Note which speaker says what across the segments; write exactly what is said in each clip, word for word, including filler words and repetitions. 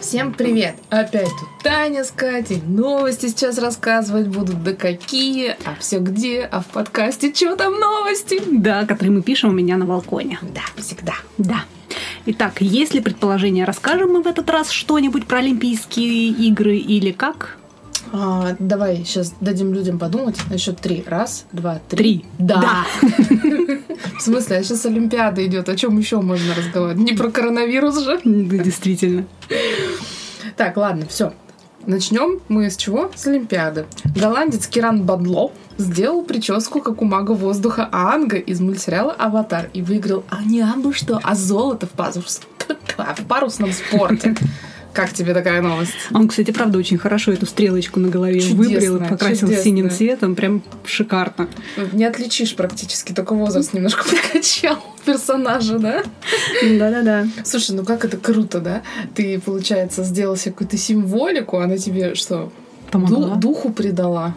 Speaker 1: Всем привет! Опять тут Таня с Катей. Новости сейчас рассказывать будут. Да какие? А все где? А в подкасте что там новости?
Speaker 2: Да, которые мы пишем у меня на балконе.
Speaker 1: Да, всегда.
Speaker 2: Да. Итак, есть ли предположение, расскажем мы в этот раз что-нибудь про Олимпийские игры или как?
Speaker 1: А, давай сейчас дадим людям подумать. На счет три. Раз, два, три.
Speaker 2: Три.
Speaker 1: Да.
Speaker 2: Да.
Speaker 1: В смысле? А сейчас Олимпиада идет. О чем еще можно разговаривать? Не про коронавирус же?
Speaker 2: Да, действительно.
Speaker 1: Так, ладно, все. Начнем мы с чего? С Олимпиады. Голландец Киран Бадло сделал прическу, как у мага воздуха Аанга из мультсериала «Аватар» и выиграл а не абы что, а золото в, парус... в парусном спорте. Как тебе такая новость?
Speaker 2: Он, кстати, правда, очень хорошо эту стрелочку на голове
Speaker 1: Чудесно,
Speaker 2: выбрил, покрасил
Speaker 1: чудесно.
Speaker 2: синим цветом. Прям шикарно.
Speaker 1: Не отличишь практически, только возраст немножко прокачал персонажа, да?
Speaker 2: Да-да-да.
Speaker 1: Слушай, ну как это круто, да? Ты, получается, сделал себе какую-то символику, она тебе что?
Speaker 2: Помогла.
Speaker 1: Ду- духу придала.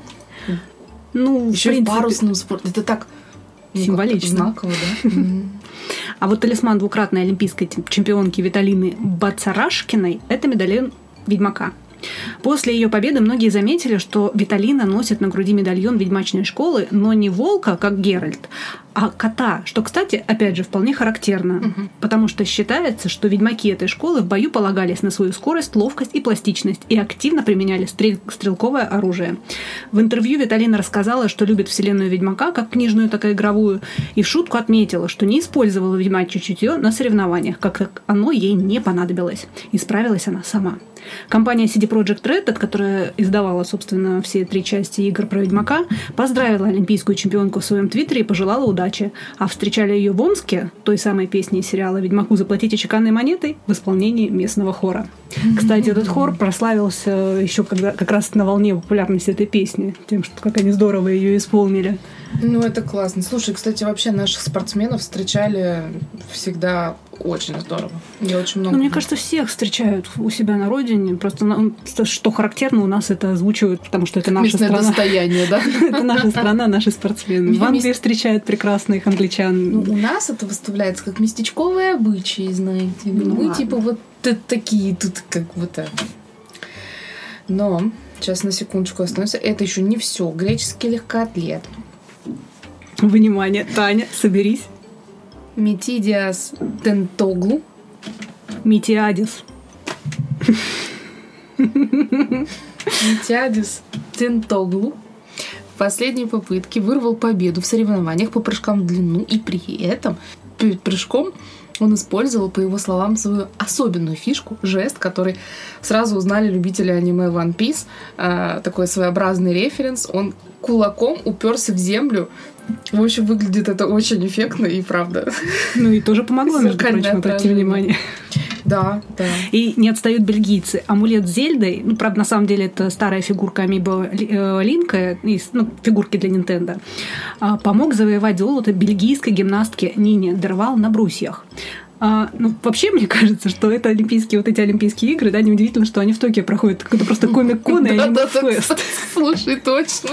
Speaker 2: Ну,
Speaker 1: еще
Speaker 2: в принципе,
Speaker 1: в парусном спорте. Это так ну,
Speaker 2: символично.
Speaker 1: Знаково, да?
Speaker 2: А вот талисман двукратной олимпийской чемпионки Виталины Бацарашкиной – это медальон Ведьмака. После ее победы многие заметили, что Виталина носит на груди медальон ведьмачной школы, но не волка, как Геральт, а кота, что, кстати, опять же, вполне характерно, угу. потому что считается, что ведьмаки этой школы в бою полагались на свою скорость, ловкость и пластичность и активно применяли стрель- стрелковое оружие. В интервью Виталина рассказала, что любит вселенную Ведьмака, как книжную, так и игровую, и в шутку отметила, что не использовала ведьмачье чутье на соревнованиях, как оно ей не понадобилось. И справилась она сама. Компания си ди Projekt Red, которая издавала, собственно, все три части игр про Ведьмака, поздравила олимпийскую чемпионку в своем твиттере и пожелала удачи. А встречали ее в Омске, той самой песней сериала «Ведьмаку заплатите чеканной монетой» в исполнении местного хора. Кстати, этот хор прославился еще когда, как раз на волне популярности этой песни, тем, что как они здорово ее исполнили.
Speaker 1: Ну, это классно. Слушай, кстати, вообще наших спортсменов встречали всегда очень здорово. Я очень много...
Speaker 2: Ну, мне кажется, всех встречают у себя на родине. Просто, что характерно, у нас это озвучивают, потому что это наша
Speaker 1: местное
Speaker 2: страна.
Speaker 1: достояние, да?
Speaker 2: Это наша страна, наши спортсмены. В Англии встречают прекрасных англичан.
Speaker 1: Ну, у нас это выставляется как местечковые обычаи, знаете. Мы типа вот такие тут как будто... Но, сейчас на секундочку остановимся. Это еще не все. Греческий легкоатлет.
Speaker 2: Внимание, Таня, соберись.
Speaker 1: Метидиас Тентоглу.
Speaker 2: Метиадис.
Speaker 1: Метиадис Тентоглу в последней попытке вырвал победу в соревнованиях по прыжкам в длину, и при этом перед прыжком он использовал, по его словам, свою особенную фишку, жест, который сразу узнали любители аниме One Piece. Э, такой своеобразный референс. Он кулаком уперся в землю. В общем, выглядит это очень эффектно и правда.
Speaker 2: Ну и тоже помогло, между прочим, обратите внимание.
Speaker 1: Да, да.
Speaker 2: И не отстают бельгийцы. Амулет с Зельдой, ну, правда, на самом деле это старая фигурка Амибо Линка, ну, фигурки для Nintendo, помог завоевать золото бельгийской гимнастке Нине Дервал на брусьях. А, ну, вообще, мне кажется, что это олимпийские, вот эти Олимпийские игры, да, неудивительно, что они в Токио проходят. Это просто комик-кон и аниме-фест.
Speaker 1: Слушай, точно.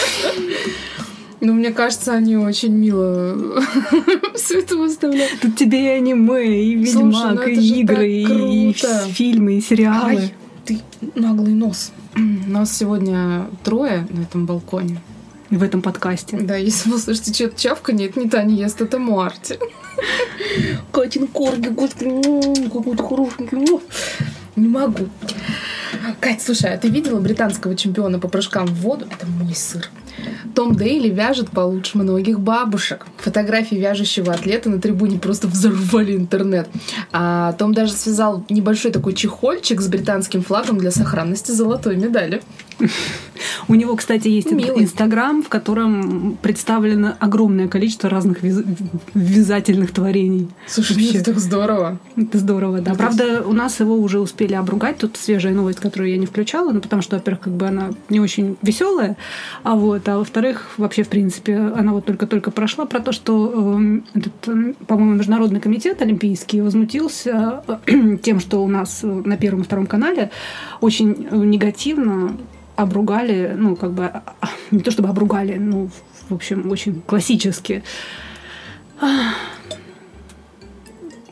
Speaker 1: Ну, мне кажется, они очень мило все это выставляют.
Speaker 2: Тут тебе и аниме, и Ведьмак,
Speaker 1: ну
Speaker 2: и игры, и фильмы, и сериалы.
Speaker 1: Ай, ты наглый нос. Нас сегодня трое на этом балконе.
Speaker 2: В этом подкасте.
Speaker 1: Да, если вы слышите что-то чавканье, это не Таня ест, это Марти. Катин корги, господи, какой-то хорошенький. Не могу. Кать, слушай, а ты видела британского чемпиона по прыжкам в воду? Это мой сыр. Том Дейли вяжет получше многих бабушек. Фотографии вяжущего атлета на трибуне просто взорвали интернет. А Том даже связал небольшой такой чехольчик с британским флагом для сохранности золотой медали.
Speaker 2: У него, кстати, есть
Speaker 1: Милый.
Speaker 2: Инстаграм, в котором представлено огромное количество разных вяз... вязательных творений.
Speaker 1: Слушай, вообще, это так здорово.
Speaker 2: Это здорово, да. Это... Правда, у нас его уже успели обругать. Тут свежая новость, которую я не включала, ну, потому что, во-первых, как бы она не очень веселая, а вот, а во-вторых, вообще, в принципе, она вот только-только прошла про то, что э, этот, по-моему, Международный комитет олимпийский возмутился тем, что у нас на Первом и Втором канале очень негативно обругали, ну, как бы, не то чтобы обругали, ну, в общем, очень классически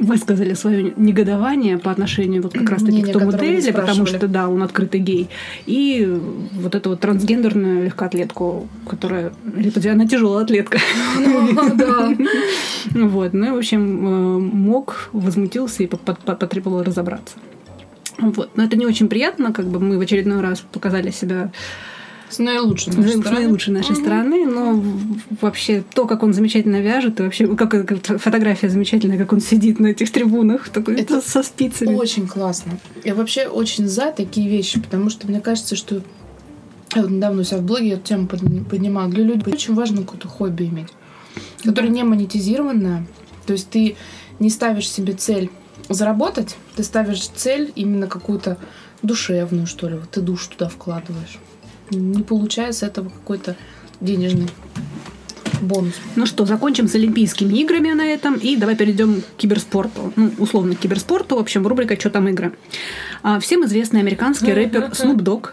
Speaker 2: высказали свое негодование по отношению вот как раз-таки
Speaker 1: Мнение,
Speaker 2: к тому
Speaker 1: которого не
Speaker 2: Дейли, потому
Speaker 1: спрашивали.
Speaker 2: что, да, он открытый гей. И вот эту вот трансгендерную легкоатлетку, которая... Или, она тяжелая атлетка.
Speaker 1: Да.
Speaker 2: Вот. Ну и, в общем, МОК возмутился и потребовал разобраться. Вот. Но это не очень приятно, как бы мы в очередной раз показали себя
Speaker 1: с наилучшей нашей
Speaker 2: с
Speaker 1: стороны.
Speaker 2: наилучшей нашей угу. стороны, но вообще то, как он замечательно вяжет, и вообще как, как фотография замечательная, как он сидит на этих трибунах, такой это со спицами.
Speaker 1: Очень классно. Я вообще очень за такие вещи, потому что мне кажется, что я вот недавно у себя в блоге эту тему поднимала. Для людей очень важно какое-то хобби иметь, которое да. не монетизированное. То есть ты не ставишь себе цель заработать, ты ставишь цель именно какую-то душевную, что ли. Вот ты душу туда вкладываешь. Не получается этого какой-то денежный бонус.
Speaker 2: Ну что, закончим с Олимпийскими играми на этом, и давай перейдем к киберспорту. Ну, условно, к киберспорту. В общем, рубрика «Что там игры?». А, всем известный американский рэпер Snoop Dogg.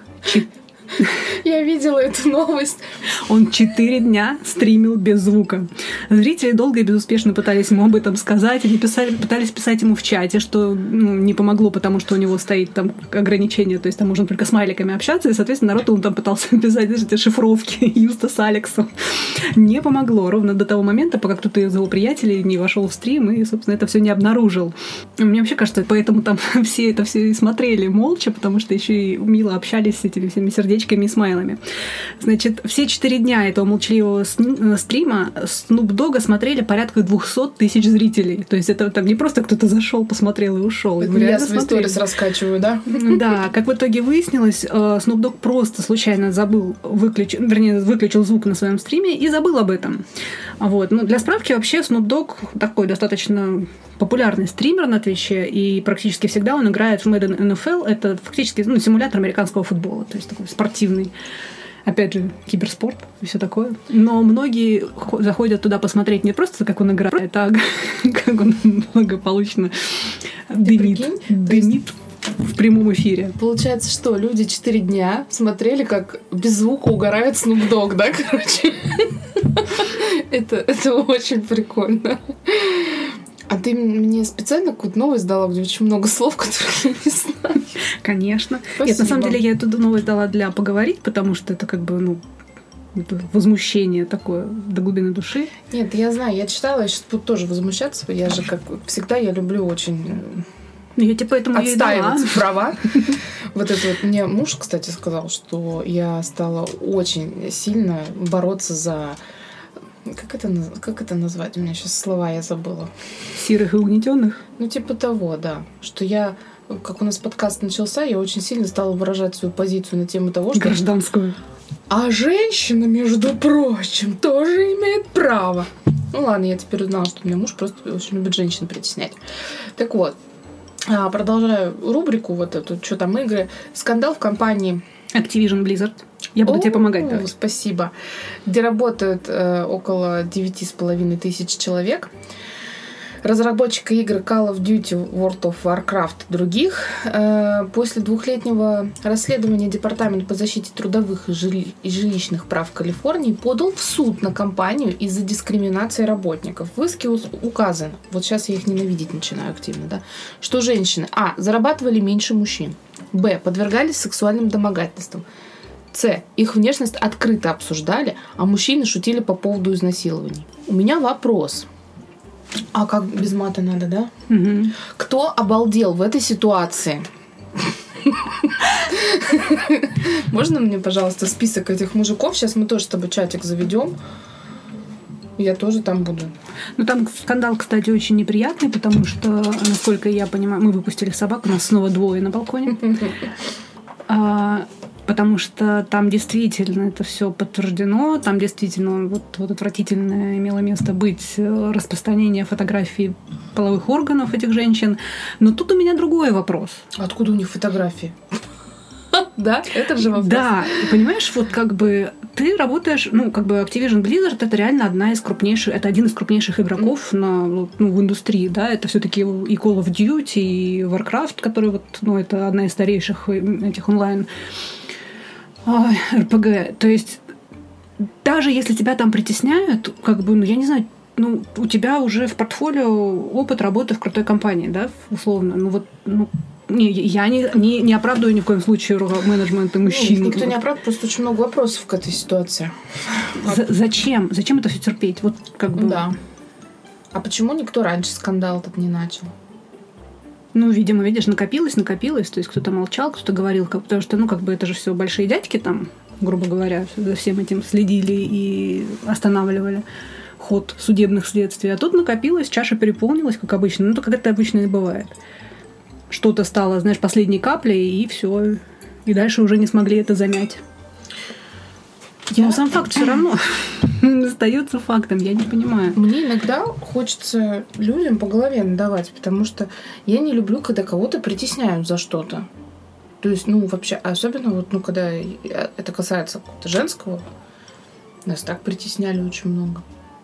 Speaker 1: Я видела эту новость.
Speaker 2: Он четыре дня стримил без звука. Зрители долго и безуспешно пытались ему об этом сказать, или писали, пытались писать ему в чате, что ну, не помогло, потому что у него стоит там ограничение, то есть там можно только смайликами общаться, и, соответственно, народ он там пытался писать эти шифровки Юста с Алексом. Не помогло ровно до того момента, пока кто-то из его приятелей не вошел в стрим и, собственно, это все не обнаружил. Мне вообще кажется, поэтому там все это все и смотрели молча, потому что еще и мило общались с этими всеми сердечками и смайлами. Значит, все четыре дня этого молчаливого стрима Snoop Dogg смотрели порядка двести тысяч зрителей. То есть это там не просто кто-то зашел, посмотрел и ушел.
Speaker 1: Я свои сторис раскачиваю, да?
Speaker 2: Да, как в итоге выяснилось, Snoop Dogg просто случайно забыл выключить, вернее, выключил звук на своем стриме и забыл об этом. Вот. Ну, для справки, вообще Snoop Dogg такой достаточно популярный стример на Твиче, и практически всегда он играет в Madden эн эф эл. Это фактически ну, симулятор американского футбола, то есть такой спортивный. Опять же, киберспорт и все такое. Но многие заходят туда посмотреть не просто, как он играет, а как он благополучно дымит, дымит в прямом эфире.
Speaker 1: Получается, что люди четыре дня смотрели, как без звука угорает Snoop Dogg, да, короче? это, это очень прикольно. А ты мне специально какую-то новость дала, где очень много слов, которых я не знаю.
Speaker 2: Конечно. Спасибо. Нет, на самом деле я эту новость дала для поговорить, потому что это как бы, ну, это возмущение такое до глубины души.
Speaker 1: Нет, я знаю, я читала, я сейчас буду тоже возмущаться. Я же, как всегда, я люблю очень
Speaker 2: я тебе поэтому
Speaker 1: отстаивать права. Вот это вот мне муж, кстати, сказал, что я стала очень сильно бороться за... Как это, как это назвать? У меня сейчас слова я забыла.
Speaker 2: Сирых и угнетенных?
Speaker 1: Ну, типа того, да. Что я, как у нас подкаст начался, я очень сильно стала выражать свою позицию на тему того, что...
Speaker 2: Гражданскую.
Speaker 1: А женщина, между прочим, тоже имеет право. Ну ладно, я теперь узнала, что у меня муж просто очень любит женщин притеснять. Так вот, продолжаю рубрику вот эту, что там игры. Скандал в компании...
Speaker 2: Activision Blizzard. Я буду О, тебе помогать.
Speaker 1: Давай. Спасибо. Где работают э, около девять с половиной тысяч человек. Разработчика игр Call of Duty, World of Warcraft и других. Э, после двухлетнего расследования Департамент по защите трудовых и, жили, и жилищных прав Калифорнии подал в суд на компанию из-за дискриминации работников. В иске указано, вот сейчас я их ненавидеть начинаю активно, да, что женщины а. зарабатывали меньше мужчин, б. подвергались сексуальным домогательствам, С. Их внешность открыто обсуждали, а мужчины шутили по поводу изнасилований. У меня вопрос. А как без мата надо, да?
Speaker 2: Угу.
Speaker 1: Кто обалдел в этой ситуации? Можно мне, пожалуйста, список этих мужиков? Сейчас мы тоже с тобой чатик заведем. Я тоже там буду.
Speaker 2: Ну, там скандал, кстати, очень неприятный, потому что, насколько я понимаю, мы выпустили собак, у нас снова двое на балконе. А, потому что там действительно это все подтверждено, там действительно вот, вот отвратительно имело место быть распространение фотографий половых органов этих женщин. Но тут у меня другой вопрос.
Speaker 1: Откуда у них фотографии? Да, это же вопрос.
Speaker 2: Да, понимаешь, вот как бы ты работаешь, ну, как бы Activision Blizzard это реально одна из крупнейших, это один из крупнейших игроков mm. на, ну, в индустрии, да, это все-таки и Call of Duty, и Warcraft, который вот, ну, это одна из старейших этих онлайн эр пи джи. То есть даже если тебя там притесняют, как бы, ну, я не знаю, ну, у тебя уже в портфолио опыт работы в крутой компании, да, условно. Ну вот, ну, не, я не, не, не оправдываю ни в коем случае менеджмента мужчин.
Speaker 1: Ну, никто не оправдывает, просто очень много вопросов к этой ситуации.
Speaker 2: За- зачем? Зачем это все терпеть? Вот как бы...
Speaker 1: Да. А почему никто раньше скандал этот не начал?
Speaker 2: Ну, видимо, видишь, накопилось, накопилось. То есть кто-то молчал, кто-то говорил, как, потому что, ну, как бы это же все большие дядьки там, грубо говоря, за всем этим следили и останавливали ход судебных следствий. А тут накопилось, чаша переполнилась, как обычно. Ну, то как это обычно и бывает. Что-то стало, знаешь, последней каплей, и все. И дальше уже не смогли это замять. Я... Но сам факт все равно остается фактом, я не понимаю.
Speaker 1: Мне иногда хочется людям по голове надавать, потому что я не люблю, когда кого-то притесняют за что-то. То есть, ну, вообще, особенно вот, ну, когда это касается какого-то женского, нас так притесняли очень много.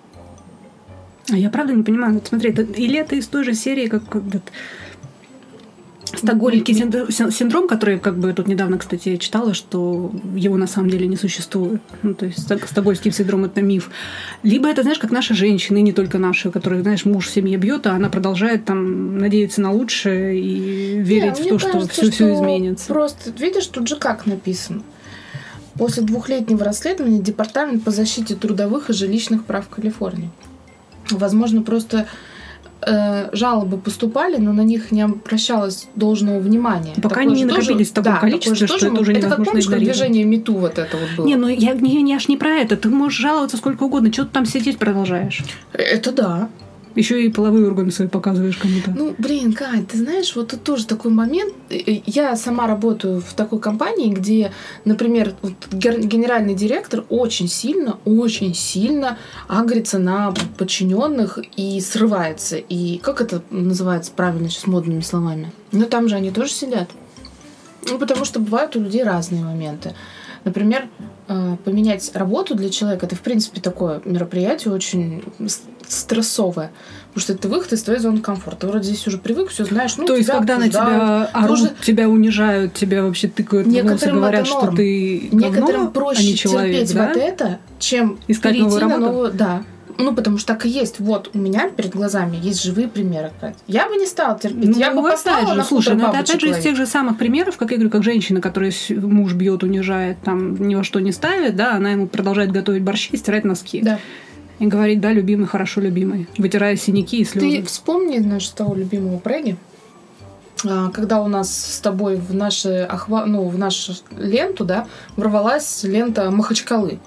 Speaker 2: А я правда не понимаю. Вот смотри, это, или это из той же серии, как, как этот стокгольмский синдром, который, как бы, тут недавно, кстати, я читала, что его на самом деле не существует. Ну, то есть стокгольмский синдром – это миф. Либо это, знаешь, как наши женщины, не только наши, которые, знаешь, муж в семье бьет, а она продолжает там надеяться на лучшее и верить
Speaker 1: не,
Speaker 2: в то,
Speaker 1: кажется,
Speaker 2: что все, все изменится.
Speaker 1: Просто, видишь, тут же как написано. После двухлетнего расследования Департамент по защите трудовых и жилищных прав Калифорнии. Возможно, просто э, жалобы поступали, но на них не обращалось должного внимания.
Speaker 2: Пока
Speaker 1: такое
Speaker 2: они не накопились в таком
Speaker 1: да,
Speaker 2: количестве, что это уже
Speaker 1: это
Speaker 2: невозможно
Speaker 1: как, помнишь, как
Speaker 2: игнорировать.
Speaker 1: движение МИТУ вот это вот было?
Speaker 2: Не, ну я, я, я аж не про это. Ты можешь жаловаться сколько угодно. Чего ты там сидеть продолжаешь?
Speaker 1: Это да.
Speaker 2: Еще и половые органы свои показываешь кому-то.
Speaker 1: Ну, блин, Кать, ты знаешь, вот тут тоже такой момент. Я сама работаю в такой компании, где, например, вот генеральный директор очень сильно, очень сильно агрится на подчиненных и срывается. И как это называется правильно сейчас модными словами? Ну, там же они тоже сидят. Ну, потому что бывают у людей разные моменты. Например, поменять работу для человека — это, в принципе, такое мероприятие очень стрессовое. Потому что это выход из твоей зоны комфорта. Ты вроде здесь уже привык, все знаешь. Ну,
Speaker 2: то есть, когда на тебя орут, уже... тебя унижают, тебя вообще тыкают в нос и говорят, что ты говно,
Speaker 1: некоторым проще
Speaker 2: а не человек,
Speaker 1: терпеть
Speaker 2: да?
Speaker 1: вот это, чем
Speaker 2: искать
Speaker 1: перейти
Speaker 2: новую
Speaker 1: на
Speaker 2: работу?
Speaker 1: новую... Да. Ну, потому что так и есть. Вот, у меня перед глазами есть живые примеры. Я бы не стала терпеть.
Speaker 2: Ну,
Speaker 1: я бы поставила
Speaker 2: же,
Speaker 1: на
Speaker 2: слушай,
Speaker 1: хутор
Speaker 2: ну, это опять же из
Speaker 1: ловить.
Speaker 2: тех же самых примеров, как я говорю, как женщина, которая муж бьет, унижает, там ни во что не ставит, да, она ему продолжает готовить борщи и стирать носки.
Speaker 1: Да.
Speaker 2: И говорит, да, любимый, хорошо, любимый, вытирая синяки и слезы.
Speaker 1: Ты вспомни нашего того любимого Преги, когда у нас с тобой в, наши охва... ну, в нашу ленту, да, ворвалась лента Махачкалы.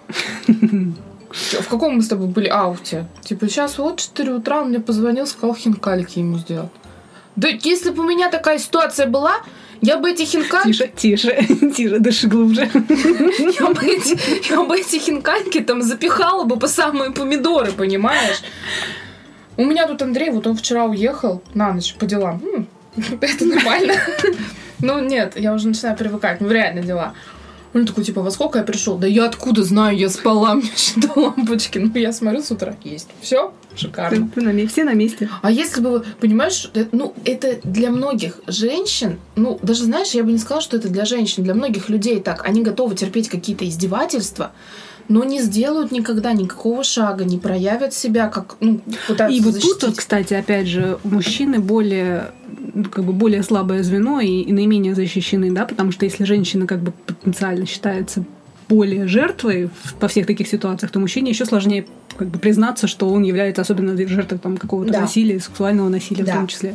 Speaker 1: В каком мы с тобой были ауте? Типа, сейчас вот четыре утра он мне позвонил, сказал хинкальки ему сделать. Да если бы у меня такая ситуация была, я бы эти хинкальки...
Speaker 2: Тише, тише, тише, дыши глубже.
Speaker 1: Я бы эти, я бы эти хинкальки там запихала бы по самые помидоры, понимаешь? У меня тут Андрей, вот он вчера уехал на ночь по делам. М, это нормально. Ну нет, я уже начинаю привыкать, ну реально дела. Он такой, типа, во сколько я пришел? Да я откуда знаю, я спала, мне еще до лампочки. Ну, я смотрю, с утра есть. Все, шикарно.
Speaker 2: Ты, ты на, все на месте.
Speaker 1: А если бы, понимаешь, это, ну, это для многих женщин, ну, даже, знаешь, я бы не сказала, что это для женщин, для многих людей так. Они готовы терпеть какие-то издевательства, но не сделают никогда никакого шага, не проявят себя, как, ну, пытаются
Speaker 2: И вот
Speaker 1: защитить.
Speaker 2: тут, кстати, опять же, мужчины более, как бы более слабое звено и, и наименее защищены, да, потому что если женщина как бы потенциально считается более жертвой во всех таких ситуациях, то мужчине еще сложнее как бы признаться, что он является особенно жертвой там, какого-то
Speaker 1: да.
Speaker 2: насилия, сексуального насилия
Speaker 1: да.
Speaker 2: в том числе.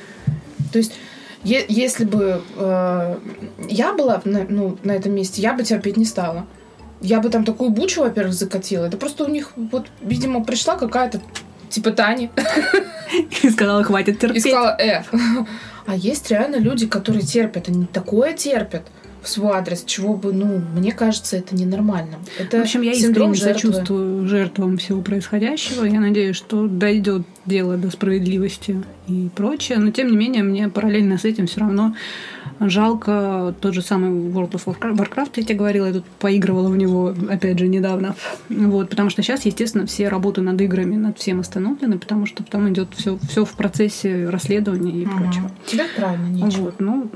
Speaker 1: То есть е- если бы э, я была на, ну, на этом месте, я бы терпеть не стала. Я бы там такую бучу, во-первых, закатила. Это просто у них, вот, видимо, пришла какая-то типа Тани.
Speaker 2: И сказала, хватит терпеть.
Speaker 1: И сказала, э. А есть реально люди, которые терпят. Они такое терпят в свой адрес, чего бы, ну, мне кажется, это ненормально. Это
Speaker 2: в общем, я
Speaker 1: синдром
Speaker 2: искренне
Speaker 1: жертвы.
Speaker 2: сочувствую жертвам всего происходящего. Я надеюсь, что дойдет дело до справедливости и прочее. Но, тем не менее, мне параллельно с этим все равно жалко тот же самый World of Warcraft, я тебе говорила, я тут поигрывала в него, опять же, недавно. Вот, потому что сейчас, естественно, все работы над играми, над всем остановлены, потому что там идет все, все в процессе расследования и
Speaker 1: Ага.
Speaker 2: прочего.
Speaker 1: Тебе правильно, нечего.
Speaker 2: Вот, ну,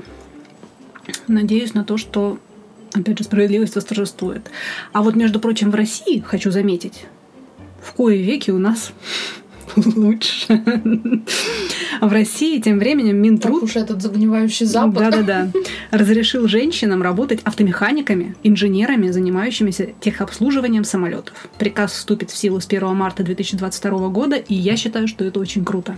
Speaker 2: надеюсь на то, что, опять же, справедливость восторжествует. А вот, между прочим, в России, хочу заметить, в кои веки у нас лучше. А в России тем временем Минтруд...
Speaker 1: Ох уж этот загнивающий Запад.
Speaker 2: Да-да-да. Разрешил женщинам работать автомеханиками, инженерами, занимающимися техобслуживанием самолетов. Приказ вступит в силу с первого марта две тысячи двадцать второго года, и я считаю, что это очень круто.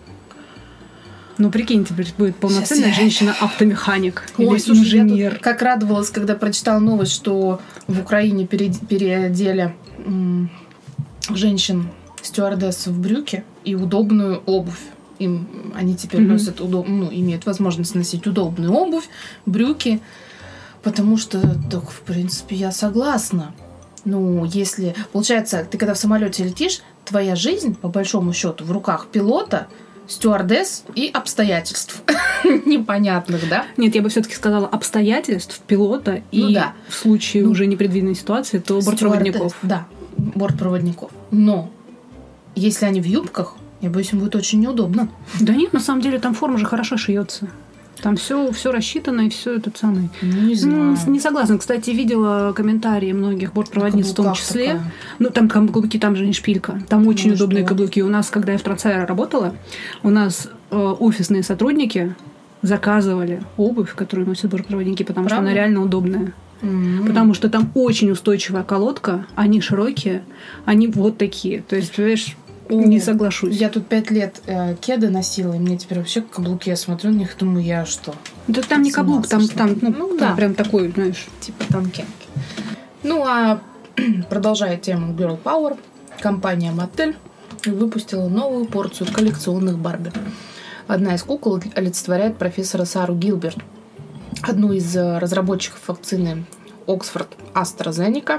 Speaker 2: Ну, прикинь, теперь будет полноценная
Speaker 1: Сейчас
Speaker 2: женщина-автомеханик
Speaker 1: Ой,
Speaker 2: или
Speaker 1: слушай,
Speaker 2: инженер.
Speaker 1: Я тут как радовалась, когда прочитала новость, что в Украине переодели м- женщин стюардесс в брюки и удобную обувь. Им, они теперь mm-hmm. носят удоб... ну, имеют возможность носить удобную обувь, брюки, потому что, так, в принципе, я согласна. Ну, если... Получается, ты когда в самолете летишь, твоя жизнь, по большому счету, в руках пилота, стюардесс и обстоятельств непонятных, да?
Speaker 2: Нет, я бы все-таки сказала обстоятельств пилота
Speaker 1: ну,
Speaker 2: и
Speaker 1: да.
Speaker 2: в случае ну, уже непредвиденной ситуации, то бортпроводников.
Speaker 1: Да, бортпроводников. Но если они в юбках, я боюсь, им будет очень неудобно.
Speaker 2: Да нет, на самом деле там форма же хорошо шьется. Там все, все рассчитано и все этот самый.
Speaker 1: Ну, не знаю.
Speaker 2: Ну, не согласна. Кстати, видела комментарии многих бортпроводниц в том числе.
Speaker 1: Такая.
Speaker 2: Ну, там каблуки, там же не шпилька. Там очень
Speaker 1: ну,
Speaker 2: удобные
Speaker 1: что?
Speaker 2: каблуки. У нас, когда я в Трансаэро работала, у нас э, офисные сотрудники заказывали обувь, которую носят бортпроводники, потому Правда? Что она реально удобная.
Speaker 1: Mm-hmm.
Speaker 2: Потому что там очень устойчивая колодка, они широкие, они вот такие. То есть, понимаешь, О, не соглашусь.
Speaker 1: Я тут пять лет э, кеды носила, и мне теперь вообще каблуки, я смотрю на них, думаю, я что?
Speaker 2: Да там не каблук, там, там, ну, ну да, прям такой, знаешь.
Speaker 1: Типа танкенки. Ну, а продолжая тему Girl Power, компания Mattel выпустила новую порцию коллекционных Барби. Одна из кукол олицетворяет профессора Сару Гилберт, одну из разработчиков вакцины Оксфорд AstraZeneca.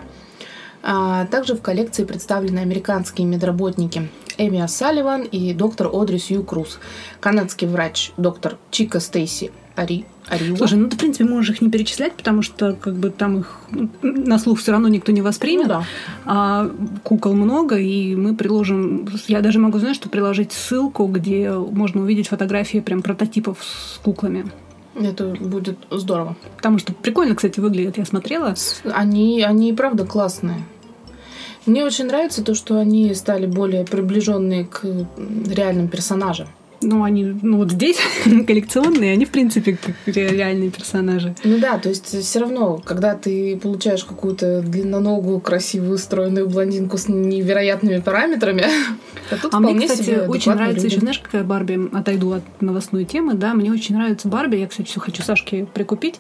Speaker 1: А также в коллекции представлены американские медработники Эми О'Салливан и доктор Одри Сью Круз, канадский врач доктор Чика Стейси Ари... Ариуа.
Speaker 2: Слушай, ну ты, в принципе, можешь их не перечислять, потому что как бы там их на слух все равно никто не воспримет.
Speaker 1: Ну, да.
Speaker 2: А кукол много, и мы приложим... Я даже могу, знаешь, что приложить ссылку, где можно увидеть фотографии прям прототипов с куклами.
Speaker 1: Это будет здорово.
Speaker 2: Потому что прикольно, кстати, выглядят, я смотрела.
Speaker 1: Они, они и правда классные. Мне очень нравится то, что они стали более приближенные к реальным персонажам.
Speaker 2: Ну, они, ну вот здесь коллекционные, они, в принципе, как реальные персонажи.
Speaker 1: Ну да, то есть все равно, когда ты получаешь какую-то длинноногую, красивую, стройную блондинку с невероятными параметрами, то тут
Speaker 2: а
Speaker 1: вполне
Speaker 2: мне, кстати,
Speaker 1: себе
Speaker 2: очень нравится
Speaker 1: люди.
Speaker 2: еще, знаешь, какая Барби, отойду от новостной темы, да, мне очень нравится Барби, я, кстати, все хочу Сашке прикупить.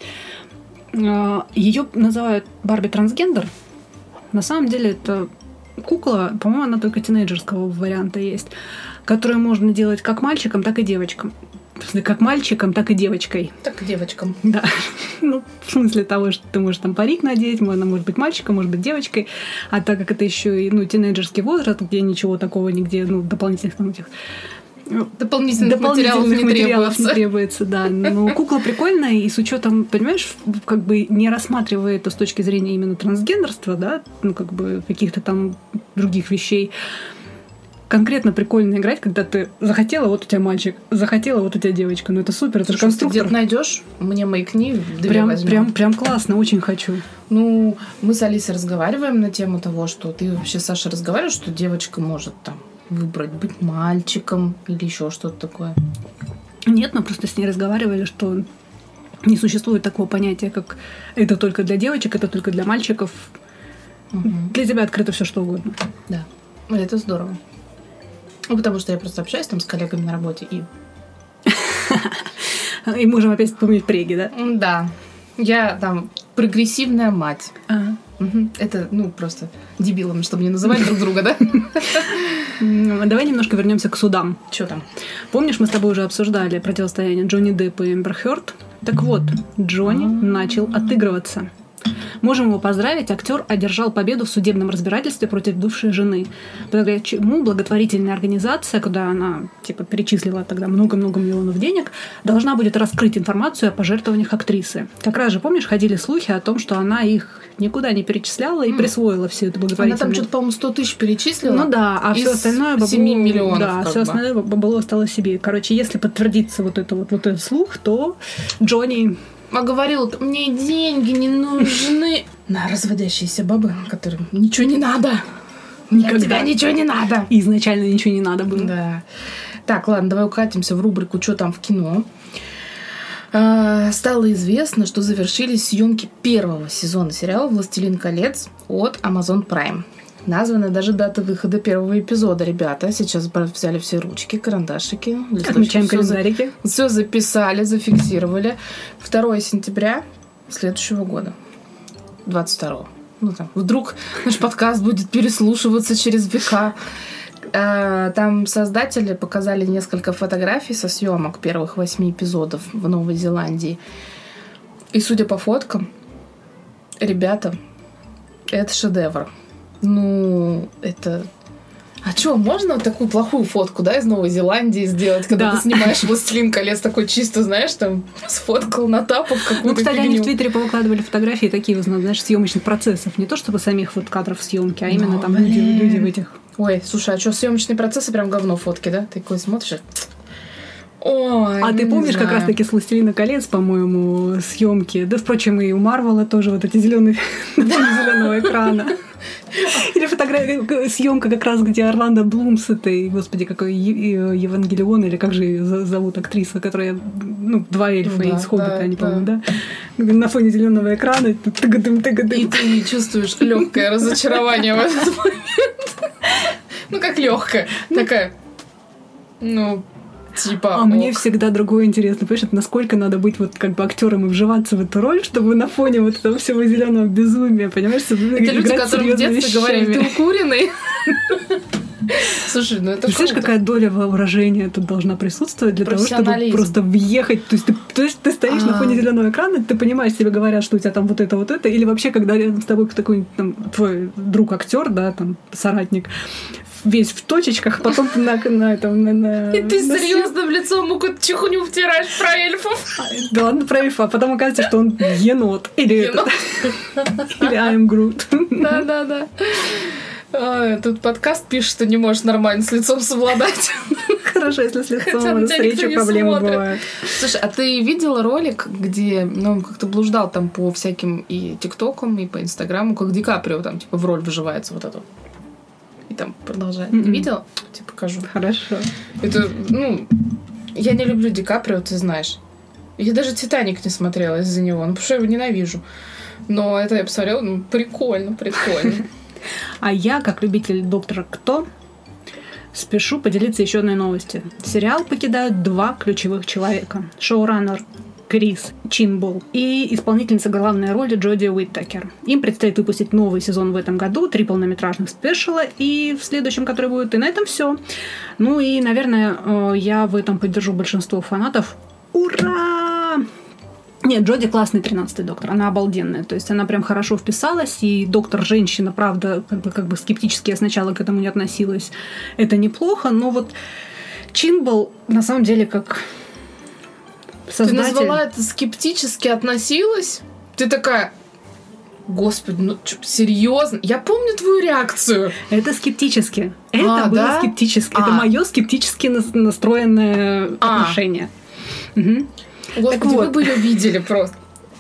Speaker 2: Ее называют Барби трансгендер. На самом деле это кукла, по-моему, она только тинейджерского варианта есть, которую можно делать как мальчикам, так и девочкам. В смысле, как мальчикам, так и девочкой.
Speaker 1: Так и девочкам.
Speaker 2: Да. Ну, в смысле того, что ты можешь там парик надеть, она может быть мальчиком, может быть девочкой. А так как это еще и ну, тинейджерский возраст, где ничего такого нигде, ну, дополнительных там этих...
Speaker 1: Дополнительных,
Speaker 2: Дополнительных
Speaker 1: материалов, не,
Speaker 2: материалов
Speaker 1: требуется.
Speaker 2: не требуется, да. Но кукла прикольная, и с учетом, понимаешь, как бы не рассматривая это с точки зрения именно трансгендерства, да, ну, как бы каких-то там других вещей, конкретно прикольно играть, когда ты захотела, вот у тебя мальчик, захотела, вот у тебя девочка. Ну, это супер, это же конструктор.
Speaker 1: Где-то найдешь, мне маякни, две
Speaker 2: прям,
Speaker 1: возьмем.
Speaker 2: прям, прям классно, очень хочу.
Speaker 1: Ну, мы с Алисой разговариваем на тему того, что ты вообще, Саша, разговариваешь, что девочка может там выбрать быть мальчиком или еще что-то такое.
Speaker 2: Нет, мы просто с ней разговаривали, что не существует такого понятия, как это только для девочек, это только для мальчиков. Угу. Для тебя открыто все что угодно.
Speaker 1: Да, это здорово. Ну, потому что я просто общаюсь там с коллегами на работе и...
Speaker 2: И можем опять вспомнить преги, да?
Speaker 1: Да. Я там прогрессивная мать.
Speaker 2: Ага.
Speaker 1: Угу. Это, ну, просто дебилами, чтобы не называть друг друга, да?
Speaker 2: Давай немножко вернемся к судам.
Speaker 1: Что там?
Speaker 2: Помнишь, мы с тобой уже обсуждали противостояние Джонни Деппа и Эмбер Хёрд? Так вот, Джонни начал отыгрываться. Можем его поздравить, актер одержал победу в судебном разбирательстве против бывшей жены. Благодаря чему благотворительная организация, куда она типа перечислила тогда много-много миллионов денег, должна будет раскрыть информацию о пожертвованиях актрисы. Как раз же, помнишь, ходили слухи о том, что она их никуда не перечисляла и присвоила всю эту благотворительную.
Speaker 1: Она там что-то, по-моему, сто тысяч перечислила.
Speaker 2: Ну да, а все остальное бабло...
Speaker 1: семи миллионов.
Speaker 2: Да, все остальное бабло осталось себе. Короче, если подтвердится вот это вот, вот этот слух, то Джонни...
Speaker 1: А говорил, мне деньги не нужны. На разводящиеся бабы, которым ничего не надо.
Speaker 2: Никогда.
Speaker 1: От тебя ничего не надо.
Speaker 2: И изначально ничего не надо было.
Speaker 1: Да. Так, ладно, давай укатимся в рубрику «Что там в кино?». А, стало известно, что завершились съемки первого сезона сериала «Властелин колец» от Amazon Prime. Названа даже дата выхода первого эпизода. Ребята сейчас взяли все ручки, карандашики.
Speaker 2: Отмечаем календарики.
Speaker 1: Все записали, зафиксировали. второго сентября следующего года. двадцать второго. Ну, там, вдруг наш подкаст будет переслушиваться через века. Там создатели показали несколько фотографий со съемок первых восьми эпизодов в Новой Зеландии. И, судя по фоткам, ребята, это шедевр. Ну, это... А что, можно вот такую плохую фотку, да, из Новой Зеландии сделать, когда
Speaker 2: да.
Speaker 1: ты снимаешь «Властелин колец» такой чисто, знаешь, там, сфоткал на тапок какую-то
Speaker 2: Ну, кстати,
Speaker 1: фигню.
Speaker 2: они в Твиттере повыкладывали фотографии такие, знаешь, съемочных процессов. Не то чтобы самих вот кадров съемки, а именно
Speaker 1: ну,
Speaker 2: там люди, люди в этих...
Speaker 1: Ой, слушай, а что, съемочные процессы прям говно фотки, да? Ты такой смотришь... Ой,
Speaker 2: а
Speaker 1: ну,
Speaker 2: ты помнишь как раз-таки с «Властелина колец», по-моему, съемки? Да, впрочем, и у Марвела тоже вот эти зеленые зеленого экрана. Или фотография, съемка как раз, где Орландо Блум с этой, господи, какой Евангелион, или как же ее зовут актрису, которая, ну, два эльфа
Speaker 1: да,
Speaker 2: из «Хоббита»,
Speaker 1: да,
Speaker 2: они,
Speaker 1: да.
Speaker 2: по-моему, да? На фоне зеленого экрана. Тыгадым, тыгадым.
Speaker 1: И ты чувствуешь легкое разочарование в этот момент. Ну, как легкое. Такая, ну... Типа,
Speaker 2: а ок. Мне всегда другое интересно, понимаешь, насколько надо быть вот как бы актером и вживаться в эту роль, чтобы на фоне вот этого всего зеленого безумия, понимаешь,
Speaker 1: это люди, которые в детстве говорили, ты укуренный. Слушай, ну это
Speaker 2: представляешь, какая доля воображения тут должна присутствовать для того, чтобы просто въехать. То есть ты, то есть ты стоишь на фоне зеленого экрана, ты понимаешь, тебе говорят, что у тебя там вот это, вот это, или вообще, когда рядом с тобой такой там, твой друг актер, да, там соратник, весь в точечках, потом на, на этом... На, на,
Speaker 1: и ты
Speaker 2: на
Speaker 1: серьезным лицом какую-то чехуню втираешь про эльфов.
Speaker 2: Да ладно, про эльфа, а потом оказывается, что он енот. Или
Speaker 1: енот.
Speaker 2: Это, или I am Groot.
Speaker 1: Да-да-да. А, тут подкаст пишет, что не можешь нормально с лицом совладать.
Speaker 2: Хорошо, если с лицом встречи проблемы бывают.
Speaker 1: Слушай, а ты видела ролик, где, ну, он как-то блуждал там по всяким и ТикТокам, и по Инстаграму, как Ди Каприо там, типа, в роль выживается вот эту. И там продолжает. Mm-hmm. Ты видела? Тебе покажу.
Speaker 2: Хорошо.
Speaker 1: Это, ну, я не люблю Ди Каприо, ты знаешь. Я даже «Титаник» не смотрела из-за него, ну, потому что я его ненавижу. Но это я посмотрела, ну, прикольно, прикольно.
Speaker 2: А я, как любитель «Доктора Кто», спешу поделиться еще одной новостью. Сериал покидают два ключевых человека. Шоураннер Крис Чинбол и исполнительница главной роли Джоди Уиттакер. Им предстоит выпустить новый сезон в этом году, три полнометражных спешала, и в следующем, который будет, и на этом все. Ну и, наверное, я в этом поддержу большинство фанатов. Ура! Нет, Джоди классный тринадцатый доктор, она обалденная, то есть она прям хорошо вписалась, и доктор-женщина, правда, как бы, как бы скептически я сначала к этому не относилась, это неплохо, но вот Чинбол на самом деле как создатель...
Speaker 1: Ты назвала это скептически относилась? Ты такая... Господи, ну чё, серьезно? Я помню твою реакцию.
Speaker 2: Это скептически. Это
Speaker 1: а,
Speaker 2: было
Speaker 1: да?
Speaker 2: скептически.
Speaker 1: А.
Speaker 2: Это мое скептически настроенное а. отношение. Угу.
Speaker 1: Господи,
Speaker 2: так вот.
Speaker 1: Вы бы ее видели просто.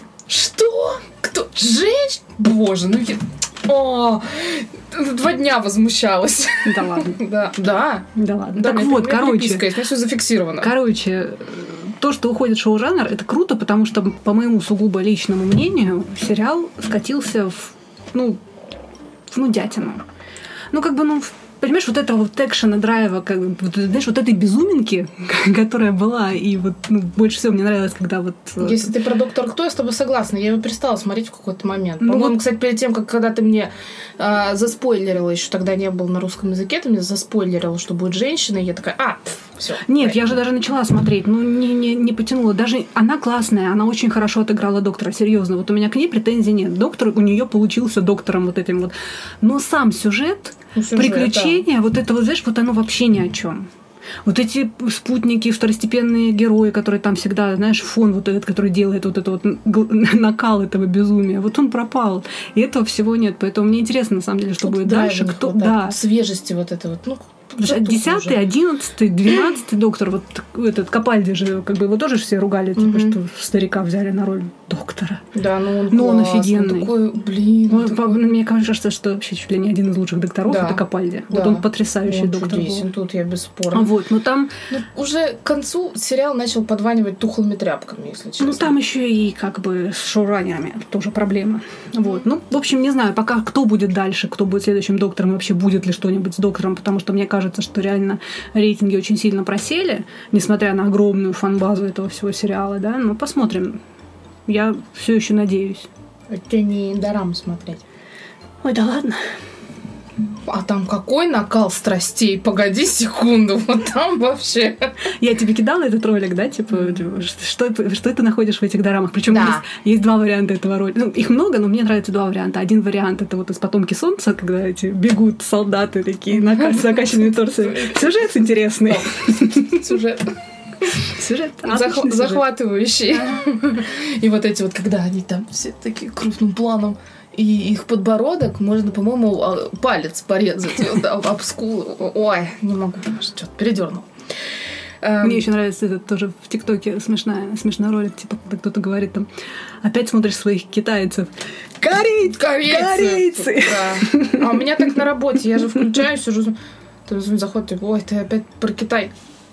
Speaker 1: Что? Кто? Женщина? Боже, ну я... О, два дня возмущалась.
Speaker 2: Да ладно.
Speaker 1: Да, да.
Speaker 2: Да ладно.
Speaker 1: Да,
Speaker 2: так
Speaker 1: мне,
Speaker 2: вот,
Speaker 1: мне
Speaker 2: короче.
Speaker 1: Переписка, у меня все зафиксировано.
Speaker 2: Короче, то, что уходит шоураннер, это круто, потому что, по моему сугубо личному мнению, сериал скатился в, ну, в нудятину. Ну, как бы, ну, понимаешь, вот этого вот экшена, драйва, как, вот, знаешь, вот этой безуминки, которая была, и вот ну, больше всего мне нравилось, когда вот...
Speaker 1: Если ты про «Доктор Кто», я с тобой согласна. Я его перестала смотреть в какой-то момент.
Speaker 2: Ну,
Speaker 1: По-моему,
Speaker 2: вот...
Speaker 1: кстати, перед тем, как когда ты мне э, заспойлерила, еще тогда не был на русском языке, ты мне заспойлерила, что будет женщина, и я такая, а, все.
Speaker 2: Нет, я же даже начала смотреть, ну, не, не, не потянула. Даже она классная, она очень хорошо отыграла доктора, серьезно. Вот у меня к ней претензий нет. Доктор у нее получился доктором вот этим вот. Но сам сюжет, ну, сюжет приключения, да. Вот это вот, знаешь, вот оно вообще ни о чем. Вот эти спутники, второстепенные герои, которые там всегда, знаешь, фон вот этот, который делает вот это вот накал этого безумия, вот он пропал. И этого всего нет. Поэтому мне интересно, на самом деле, что тут будет дальше. Кто...
Speaker 1: Вот,
Speaker 2: да.
Speaker 1: Свежести вот это вот. Ну,
Speaker 2: десятый, одиннадцатый, двенадцатый доктор. Вот этот Капальди же, как бы его тоже все ругали, типа, mm-hmm. что старика взяли на роль доктора.
Speaker 1: Да, ну он
Speaker 2: Но он
Speaker 1: классный,
Speaker 2: офигенный.
Speaker 1: Такой, блин.
Speaker 2: Ну,
Speaker 1: такой...
Speaker 2: Мне кажется, что вообще чуть ли не один из лучших докторов
Speaker 1: да.
Speaker 2: это Капальди.
Speaker 1: Да.
Speaker 2: Вот он потрясающий
Speaker 1: он
Speaker 2: доктор
Speaker 1: чудесен,
Speaker 2: был.
Speaker 1: Тут я бесспорно.
Speaker 2: Вот, но там...
Speaker 1: Ну, уже к концу сериал начал подванивать тухлыми тряпками, если честно.
Speaker 2: Ну, там еще и как бы с шоураннерами тоже проблема. Вот. Ну, в общем, не знаю, пока кто будет дальше, кто будет следующим доктором, и вообще будет ли что-нибудь с доктором, потому что мне кажется, что реально рейтинги очень сильно просели, несмотря на огромную фан-базу этого всего сериала, да. Ну, посмотрим. Я все еще надеюсь.
Speaker 1: Это не дораму смотреть.
Speaker 2: Ой, да ладно.
Speaker 1: А там какой накал страстей? Погоди секунду, вот там вообще.
Speaker 2: Я тебе кидала этот ролик, да, типа, mm-hmm. что, что ты находишь в этих дорамах? Причем
Speaker 1: да.
Speaker 2: есть, есть два варианта этого ролика. Ну, их много, но мне нравятся два варианта. Один вариант это вот из «Потомки солнца», когда эти бегут солдаты такие с закачанными торсами. Сюжет интересный.
Speaker 1: Сюжет.
Speaker 2: Сюжет.
Speaker 1: Захва- захватывающий. И вот эти вот, когда они там все такие крупным планом. И их подбородок можно, по-моему, палец порезать вот, об скулы. Ой, не могу, что-то передернул.
Speaker 2: Мне еще нравится этот тоже в ТикТоке смешная, смешной ролик, типа, когда кто-то говорит там, опять смотришь своих китайцев. Корейцы!
Speaker 1: Корейцы!
Speaker 2: Корейцы!
Speaker 1: Да. А у меня так на работе, я же включаю, сижу, ты заходит, типа, ой, ты опять про Китай.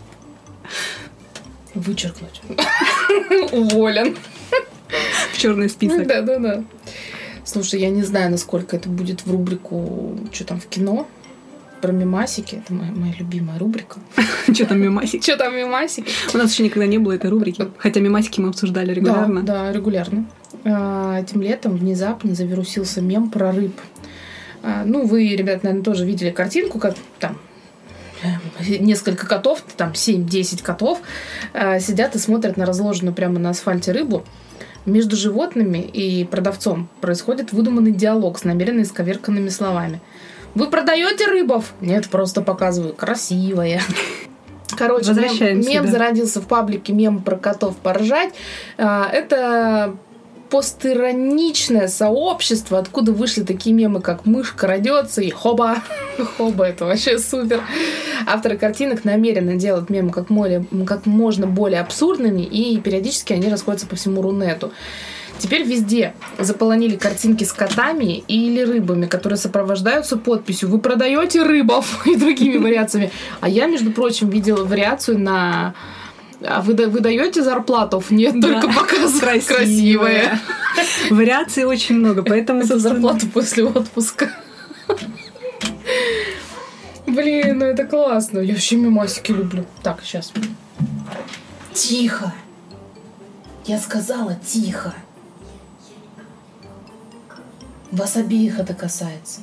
Speaker 1: Вычеркнуть. Уволен.
Speaker 2: В черный список.
Speaker 1: Да-да-да. Слушай, я не знаю, насколько это будет в рубрику «Что там в кино?» про мемасики. Это моя, моя любимая рубрика.
Speaker 2: Что там мемасики?
Speaker 1: Что там мемасики?
Speaker 2: У нас еще никогда не было этой рубрики. Хотя мемасики мы обсуждали регулярно.
Speaker 1: Да, да, регулярно. Этим летом внезапно завирусился мем про рыб. Ну, вы, ребят, наверное, тоже видели картинку, как там несколько котов, там семь-десять котов сидят и смотрят на разложенную прямо на асфальте рыбу. Между животными и продавцом происходит выдуманный диалог с намеренно исковерканными словами. «Вы продаете рыбов?» «Нет, просто показываю. Красивая». Короче, мем, мем зародился в паблике «Мем про котов поржать». Это постироничное сообщество, откуда вышли такие мемы, как «Мышь крадется» и «Хоба». Хоба — это вообще супер. Авторы картинок намеренно делают мемы как, более, как можно более абсурдными, и периодически они расходятся по всему Рунету. Теперь везде заполонили картинки с котами или рыбами, которые сопровождаются подписью «Вы продаете рыбов» и другими вариациями. А я, между прочим, видела вариацию на «А вы, вы даете зарплату?» Нет, да. Только показывают красивые.
Speaker 2: Вариаций очень много, поэтому...
Speaker 1: Это зарплату после отпуска. Блин, ну это классно. Я вообще мемасики люблю. Так, сейчас. Тихо. Я сказала тихо. Вас обеих это касается.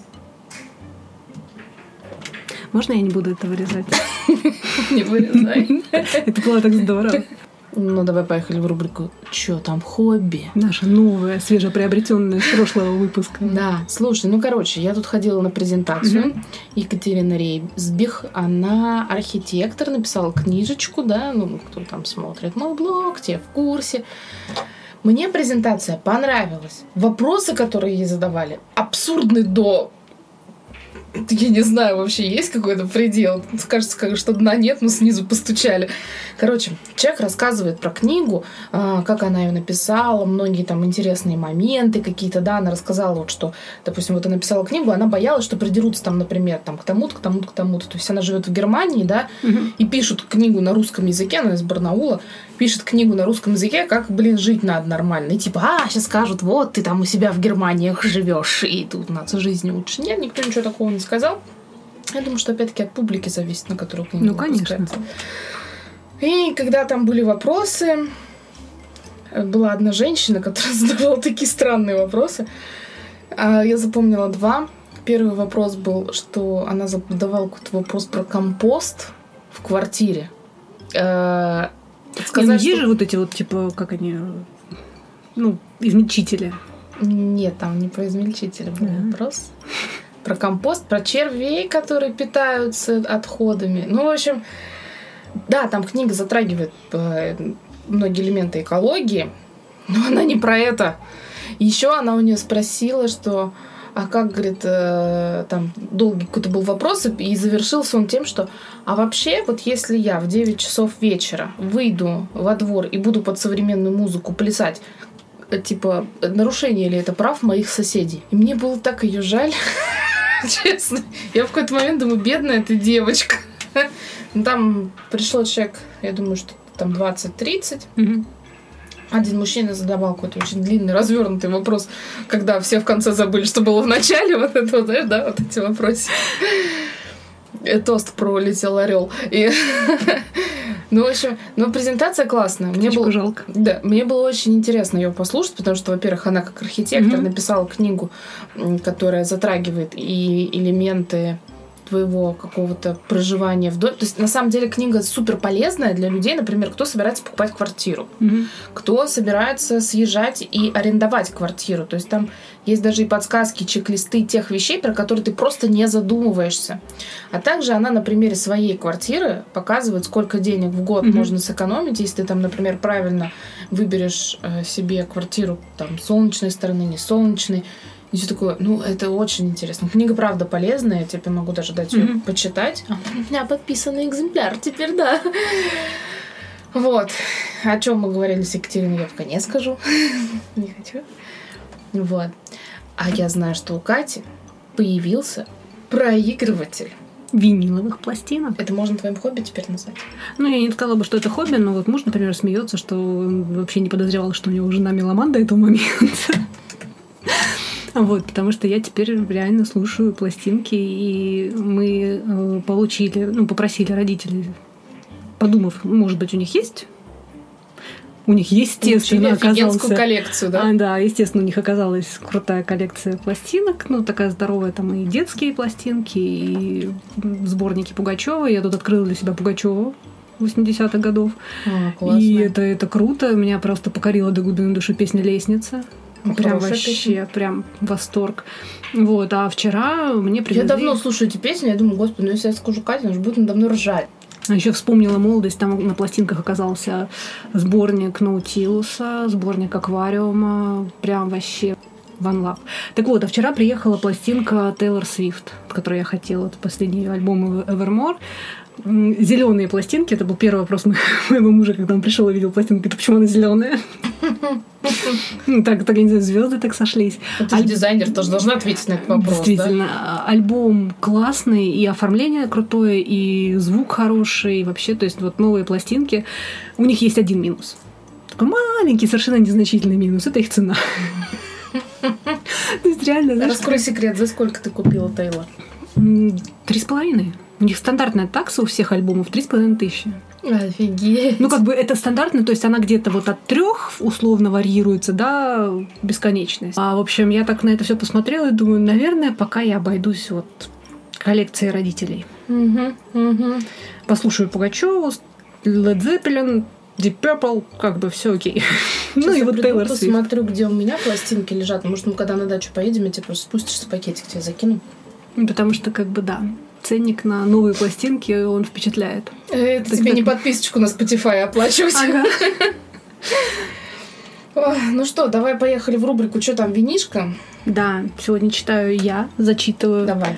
Speaker 2: Можно я не буду это вырезать?
Speaker 1: Не вырезай.
Speaker 2: Это было так здорово.
Speaker 1: Ну, давай поехали в рубрику «Чё там, хобби?»
Speaker 2: Наша новая, свежеприобретенная с прошлого выпуска.
Speaker 1: Да. Слушай, ну, короче, я тут ходила на презентацию. Mm-hmm. Екатерина Рейбсбих, она архитектор, написала книжечку, да, ну, кто там смотрит мой блог, те в курсе. Мне презентация понравилась. Вопросы, которые ей задавали, абсурдны до... Я не знаю, вообще есть какой-то предел. Кажется, что дна нет, но снизу постучали. Короче, человек рассказывает про книгу, как она ее написала, многие там интересные моменты какие-то, да, она рассказала вот, что, допустим, вот она написала книгу, она боялась, что придерутся там, например, там, к тому-то, к тому-то, к тому-то. То есть она живет в Германии, да, угу. и пишут книгу на русском языке, она из Барнаула, пишет книгу на русском языке, как, блин, жить надо нормально. И типа, а, сейчас скажут, вот, ты там у себя в Германиях живешь, и тут надо жизнь лучше. Нет, никто ничего такого не сказал. Я думаю, что опять-таки от публики зависит, на которую книгу
Speaker 2: ну, конечно.
Speaker 1: И когда там были вопросы, была одна женщина, которая задавала такие странные вопросы. Я запомнила два. Первый вопрос был, что она задавала какой-то вопрос про компост в квартире.
Speaker 2: Сказать, не, ну, есть что... же вот эти вот, типа, как они, ну, измельчители.
Speaker 1: Нет, там не про измельчители был mm-hmm. вопрос. Про компост, про червей, которые питаются отходами. Ну, в общем, да, там книга затрагивает многие элементы экологии, но она не про это. Еще она у нее спросила, что а как, говорит, э, там долгий какой-то был вопрос, и завершился он тем, что а вообще, вот если я в девять часов вечера выйду во двор и буду под современную музыку плясать, типа, нарушение ли это прав моих соседей? И мне было так ее жаль, честно. Я в какой-то момент думаю, бедная ты девочка. Ну, там пришло человек, я думаю, что там двадцать-тридцать.
Speaker 2: Угу.
Speaker 1: Один мужчина задавал какой-то очень длинный, развернутый вопрос, когда все в конце забыли, что было в начале. Вот это вот, знаешь, да, вот эти вопросы. Тост пролетел орел. И... Ну, в общем, ну, презентация классная. Мне было
Speaker 2: жалко.
Speaker 1: Да, мне было очень интересно ее послушать, потому что, во-первых, она как архитектор mm-hmm. написала книгу, которая затрагивает и элементы твоего какого-то проживания в доме. То есть, на самом деле, книга супер полезная для людей, например, кто собирается покупать квартиру,
Speaker 2: mm-hmm.
Speaker 1: кто собирается съезжать и арендовать квартиру. То есть, там есть даже и подсказки, чек-листы тех вещей, про которые ты просто не задумываешься. А также она на примере своей квартиры показывает, сколько денег в год mm-hmm. можно сэкономить, если ты там, например, правильно выберешь э, себе квартиру там солнечной стороны, не солнечной. И все такое, ну, это очень интересно. Книга, правда, полезная, я тебе могу даже дать ее mm-hmm. почитать. А у меня подписанный экземпляр теперь, да. Вот. О чем мы говорили с Екатериной, я пока не скажу. Не хочу. Вот. А я знаю, что у Кати появился проигрыватель
Speaker 2: виниловых пластинок.
Speaker 1: Это можно твоим хобби теперь назвать?
Speaker 2: Ну, я не сказала бы, что это хобби, но вот муж, например, смеется, что он вообще не подозревал, что у него жена меломан до этого момента. Вот, потому что я теперь реально слушаю пластинки, и мы э, получили, ну, попросили родителей, подумав, может быть, у них есть? У них, естественно, оказалась...
Speaker 1: коллекцию, да?
Speaker 2: А, да, естественно, у них оказалась крутая коллекция пластинок, ну, такая здоровая, там и детские пластинки, и сборники Пугачёва. Я тут открыла для себя Пугачёва восьмидесятых годов.
Speaker 1: А, классно.
Speaker 2: И это, это круто. Меня просто покорила до глубины души песня «Лестница».
Speaker 1: Ну,
Speaker 2: прям вообще, песня. Прям восторг. Вот, а вчера мне привезли...
Speaker 1: Я давно слушаю эти песни, я думаю, господи, ну если я скажу Катя, она же будет надо мной ржать.
Speaker 2: А еще вспомнила молодость, там на пластинках оказался сборник Наутилуса, сборник Аквариума, прям вообще one love. Так вот, а вчера приехала пластинка Тейлор Свифт, которую я хотела, это последний альбом Evermore. Зеленые пластинки, это был первый вопрос моего мужа, когда он пришел и видел пластинку, говорит, почему она зеленая? Ну, так, так, я не знаю, звезды так сошлись.
Speaker 1: Ты же дизайнер, тоже должна ответить на этот вопрос.
Speaker 2: Действительно, альбом классный, и оформление крутое, и звук хороший, и вообще, то есть вот новые пластинки. У них есть один минус. Такой маленький, совершенно незначительный минус. Это их цена. То есть реально, знаешь...
Speaker 1: Раскрой секрет, за сколько ты купила Тейлор?
Speaker 2: Три с половиной. У них стандартная такса у всех альбомов три с половиной тысячи.
Speaker 1: Офигеть.
Speaker 2: Ну, как бы это стандартно, то есть она где-то вот от трех условно варьируется до бесконечности. А, в общем, я так на это все посмотрела и думаю, наверное, пока я обойдусь вот коллекцией родителей.
Speaker 1: Угу, угу.
Speaker 2: Послушаю Пугачёву, Led Zeppelin, Deep Purple, как бы все окей. Ну и вот Тейлор Свифт.
Speaker 1: Посмотрю, где у меня пластинки лежат. Может, мы когда на дачу поедем, я тебе просто спустишься, пакетик тебе закину.
Speaker 2: Потому что, как бы, да, ценник на новые пластинки, он впечатляет.
Speaker 1: Это так тебе так... не подписочку на Spotify оплачивать. Ага. О, ну что, давай поехали в рубрику «Что там, винишко?»
Speaker 2: Да, сегодня читаю я, зачитываю.
Speaker 1: Давай.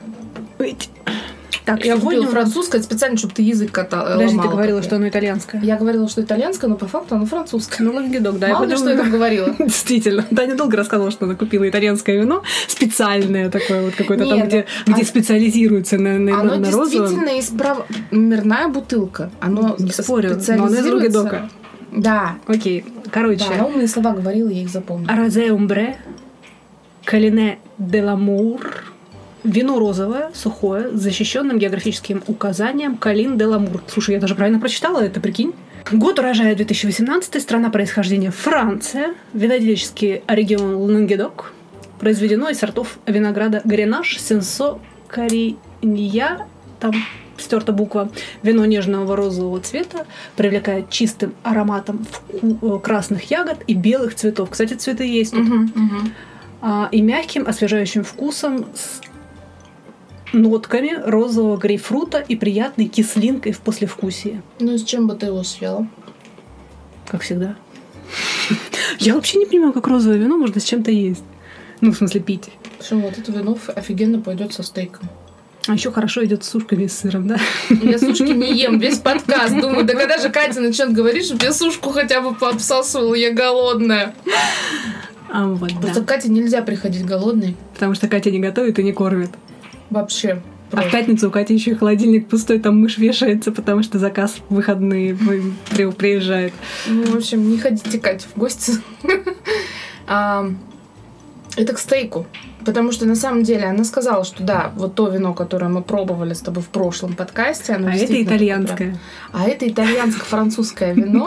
Speaker 2: Так,
Speaker 1: я купила французское специально, чтобы ты язык катала.
Speaker 2: Подожди, ты говорила, что оно итальянское.
Speaker 1: Я говорила, что итальянское, но по факту оно французское.
Speaker 2: Ну, лангедок, да.
Speaker 1: Мало ли, что я там говорила.
Speaker 2: Действительно. Таня долго рассказывала, что она купила итальянское вино, специальное такое вот какое-то там, где,
Speaker 1: ну,
Speaker 2: где а... специализируется на, на,
Speaker 1: оно
Speaker 2: на розовом.
Speaker 1: Оно действительно исправ... мирная бутылка. Оно
Speaker 2: не спорю, но оно из лангедока.
Speaker 1: Да.
Speaker 2: Окей. Короче.
Speaker 1: Да, она умные слова говорила, я их запомнила.
Speaker 2: Розе умбре, калине де ламур. Вино розовое, сухое, с защищенным географическим указанием Калин де Ламур. Слушай, я даже правильно прочитала это, прикинь. Год урожая две тысячи восемнадцатый, страна происхождения Франция, винодельческий регион Лангедок, произведено из сортов винограда Гренаж, Сенсо, Каринья, там стерта буква, вино нежного розового цвета, привлекает чистым ароматом вку- красных ягод и белых цветов. Кстати, цветы есть тут.
Speaker 1: Uh-huh, uh-huh.
Speaker 2: А, и мягким, освежающим вкусом с нотками розового грейпфрута и приятной кислинкой в послевкусии.
Speaker 1: Ну и с чем бы ты его съела?
Speaker 2: Как всегда. Я вообще не понимаю, как розовое вино можно с чем-то есть. Ну, в смысле, пить.
Speaker 1: Причем вот это вино офигенно пойдет со стейком.
Speaker 2: А еще хорошо идет с сушками и с сыром, да?
Speaker 1: Я сушки не ем, весь подкаст. Думаю, да когда же Катя начнет говорить, чтобы я сушку хотя бы пообсасывала, я голодная.
Speaker 2: А вот,
Speaker 1: Просто
Speaker 2: да.
Speaker 1: Кате нельзя приходить голодной.
Speaker 2: Потому что Катя не готовит и не кормит.
Speaker 1: Вообще.
Speaker 2: А в пятницу у Кати еще и холодильник пустой, там мышь вешается, потому что заказ в выходные приезжает.
Speaker 1: Ну, в общем, не ходите, Катя, в гости. Это к стейку. Потому что на самом деле она сказала, что да, вот то вино, которое мы пробовали с тобой в прошлом подкасте, оно
Speaker 2: а это итальянское.
Speaker 1: А это итальянско-французское вино.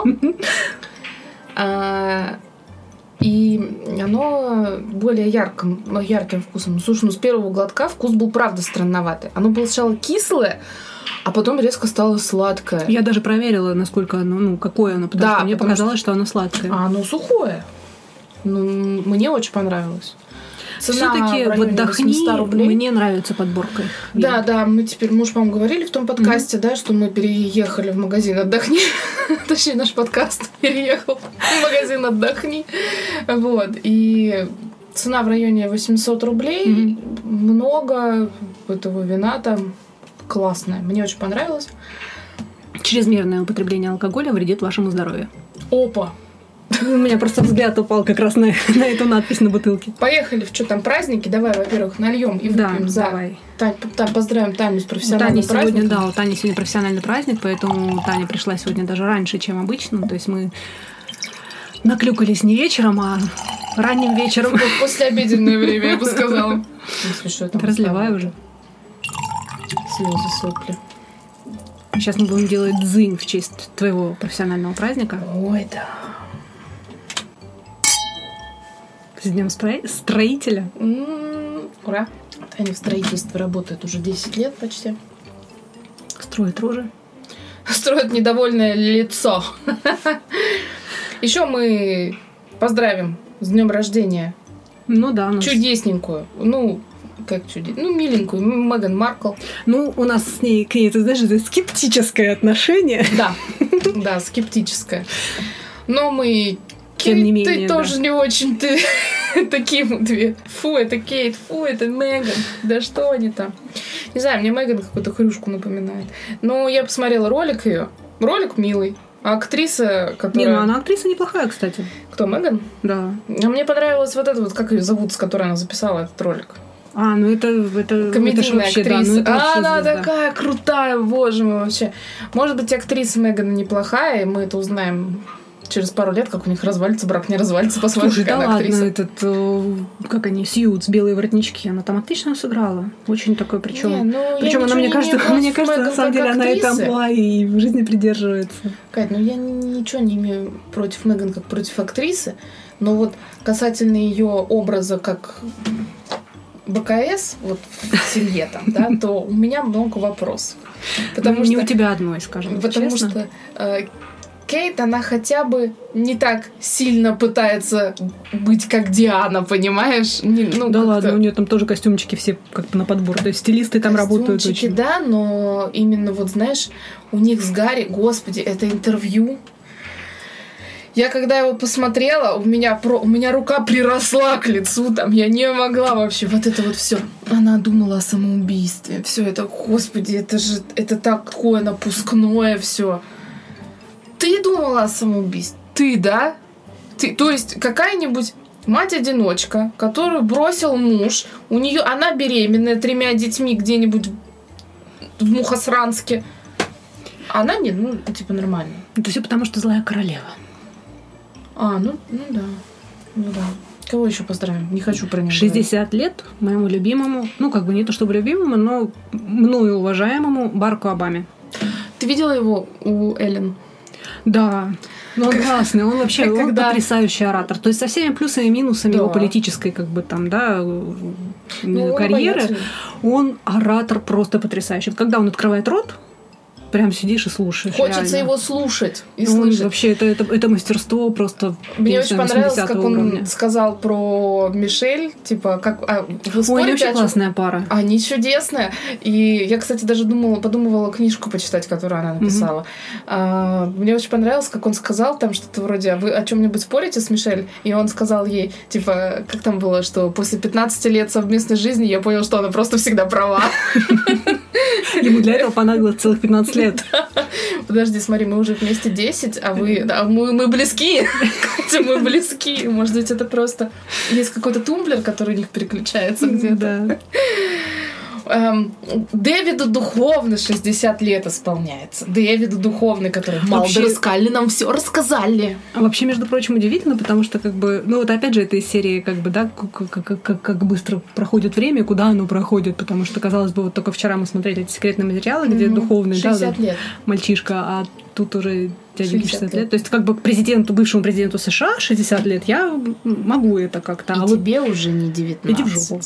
Speaker 1: И оно более ярким, ярким вкусом. Слушай, ну с первого глотка вкус был правда странноватый. Оно было сначала кислое, а потом резко стало сладкое.
Speaker 2: Я даже проверила, насколько оно, ну, какое оно, потому
Speaker 1: да,
Speaker 2: что мне
Speaker 1: потому
Speaker 2: показалось,
Speaker 1: что...
Speaker 2: что оно сладкое.
Speaker 1: А оно сухое. Ну, мне очень понравилось.
Speaker 2: Все-таки в «Отдохни» мне нравится подборка.
Speaker 1: Да, да, мы теперь, мы уже, по-моему, говорили в том подкасте, mm-hmm. да, что мы переехали в магазин «Отдохни». Точнее, наш подкаст переехал в магазин «Отдохни». Вот, и цена в районе восемьсот рублей. Mm-hmm. Много этого вина там классное. Мне очень понравилось.
Speaker 2: Чрезмерное употребление алкоголя вредит вашему здоровью.
Speaker 1: Опа!
Speaker 2: У меня просто взгляд упал как раз на, на эту надпись на бутылке.
Speaker 1: Поехали, в что там, праздники? Давай, во-первых, нальем и выпьем
Speaker 2: да,
Speaker 1: за...
Speaker 2: давай.
Speaker 1: Тань, там поздравим Таню с профессиональным
Speaker 2: Таня
Speaker 1: праздником.
Speaker 2: Сегодня, да, у Тани сегодня профессиональный праздник, поэтому Таня пришла сегодня даже раньше, чем обычно. То есть мы наклюкались не вечером, а ранним вечером.
Speaker 1: После обеденное время, я бы сказала.
Speaker 2: Разливай уже.
Speaker 1: Слезы, сопли.
Speaker 2: Сейчас мы будем делать дзынь в честь твоего профессионального праздника.
Speaker 1: Ой, да.
Speaker 2: С днем стро- строителя.
Speaker 1: Mm, ура. Таня в строительстве работает уже десять лет почти.
Speaker 2: Строит рожи.
Speaker 1: Строит недовольное лицо. Еще мы поздравим с днем рождения.
Speaker 2: Ну да. Нас...
Speaker 1: Чудесненькую. Ну, как чудесненькую. Ну, миленькую. Меган Маркл.
Speaker 2: Ну, у нас с ней, к ней, ты знаешь, это скептическое отношение.
Speaker 1: Да. Да, скептическое. Но мы...
Speaker 2: Тем не менее,
Speaker 1: ты
Speaker 2: да.
Speaker 1: тоже не очень ты таким две. Фу, это Кейт, фу, это Меган. Да что они там? Не знаю, мне Меган какую-то хрюшку напоминает. Но я посмотрела ролик ее. Ролик милый. А актриса, которая...
Speaker 2: Не, ну она актриса неплохая, кстати.
Speaker 1: Кто, Меган?
Speaker 2: Да.
Speaker 1: А мне понравилась вот эта вот, как ее зовут, с которой она записала этот ролик.
Speaker 2: А, ну это... это
Speaker 1: комедийная
Speaker 2: вообще,
Speaker 1: актриса.
Speaker 2: Да, ну это
Speaker 1: а, она
Speaker 2: звезда.
Speaker 1: такая крутая, боже мой, вообще. Может быть, актриса Меган неплохая, и мы это узнаем... Через пару лет, как у них развалится брак, не развалится, посмотрим,
Speaker 2: Слушай,
Speaker 1: какая
Speaker 2: да
Speaker 1: она
Speaker 2: ладно,
Speaker 1: актриса.
Speaker 2: этот, как они, Сьюз, белые воротнички, она там отлично сыграла. Очень такое, причем,
Speaker 1: не, ну,
Speaker 2: причем она, мне кажется, мне кажется,
Speaker 1: Меган
Speaker 2: на самом деле, она это амплуа и в жизни придерживается.
Speaker 1: Кать, ну я ничего не имею против Меган как против актрисы, но вот касательно ее образа как БКС, вот в семье там, да, то у меня много вопросов.
Speaker 2: Потому не что, у тебя одной, скажем
Speaker 1: потому
Speaker 2: честно.
Speaker 1: что э, Кейт, она хотя бы не так сильно пытается быть как Диана, понимаешь? Не, ну,
Speaker 2: да
Speaker 1: как-то...
Speaker 2: ладно, у нее там тоже костюмчики все как бы на подбор. То есть стилисты там работают очень.
Speaker 1: Да, но именно вот, знаешь, у них с Гарри, господи, это интервью. Я когда его посмотрела, у меня, про, у меня рука приросла к лицу, там, я не могла вообще, вот это вот все. Она думала о самоубийстве, все это, господи, это же, это такое напускное все. Ты думала о самоубийстве? Ты, да? Ты, то есть какая-нибудь мать-одиночка, которую бросил муж, у нее она беременная тремя детьми где-нибудь в Мухосранске. Она не, ну, типа, нормально.
Speaker 2: Это все потому, что злая королева.
Speaker 1: А, ну, ну да. Ну да. Кого еще поздравим? Не хочу про него
Speaker 2: шестьдесят лет моему любимому, ну, как бы не то чтобы любимому, но мною уважаемому Бараку Обаме.
Speaker 1: Ты видела его у Эллен?
Speaker 2: Да. Ну, он как... классный, он вообще он
Speaker 1: когда...
Speaker 2: потрясающий оратор. То есть со всеми плюсами и минусами да. его политической, как бы там, да, ну, карьеры, он, он оратор просто потрясающий. Когда он открывает рот, прям сидишь и слушаешь.
Speaker 1: Хочется
Speaker 2: реально.
Speaker 1: его слушать и
Speaker 2: ну,
Speaker 1: слышать.
Speaker 2: Вообще, это, это, это мастерство просто...
Speaker 1: Мне очень понравилось, как
Speaker 2: уровня.
Speaker 1: он сказал про Мишель, типа, как... А, вы
Speaker 2: Ой, они вообще классная пара.
Speaker 1: Они чудесная. И я, кстати, даже думала, подумывала книжку почитать, которую она написала. Mm-hmm. А, мне очень понравилось, как он сказал там что-то вроде, а вы о чем-нибудь спорите с Мишель? И он сказал ей, типа, как там было, что после пятнадцати лет совместной жизни я понял, что она просто всегда права.
Speaker 2: Ему для этого понадобилось целых пятнадцать лет.
Speaker 1: Подожди, смотри, мы уже вместе десять, а вы... Да, мы, мы близки. Катя, мы близки. Может быть, это просто... Есть какой-то тумблер, который у них переключается где-то.
Speaker 2: Да.
Speaker 1: Эм, Дэвиду Духовны шестьдесят лет исполняется. Дэвиду Духовны, который Малдер и Скалли нам все рассказали.
Speaker 2: А вообще, между прочим, удивительно, потому что, как бы, ну вот опять же, это из серии, как бы, да, как, как, как, как быстро проходит время, куда оно проходит, потому что, казалось бы, вот только вчера мы смотрели эти секретные материалы, где mm-hmm. Духовный,
Speaker 1: шестьдесят
Speaker 2: да,
Speaker 1: лет.
Speaker 2: Мальчишка, а тут уже дядя шестьдесят лет. То есть, как бы, президенту, бывшему президенту США шестьдесят лет, я могу это как-то.
Speaker 1: И
Speaker 2: а
Speaker 1: тебе
Speaker 2: вот...
Speaker 1: уже не девятнадцать.
Speaker 2: Иди в жопу.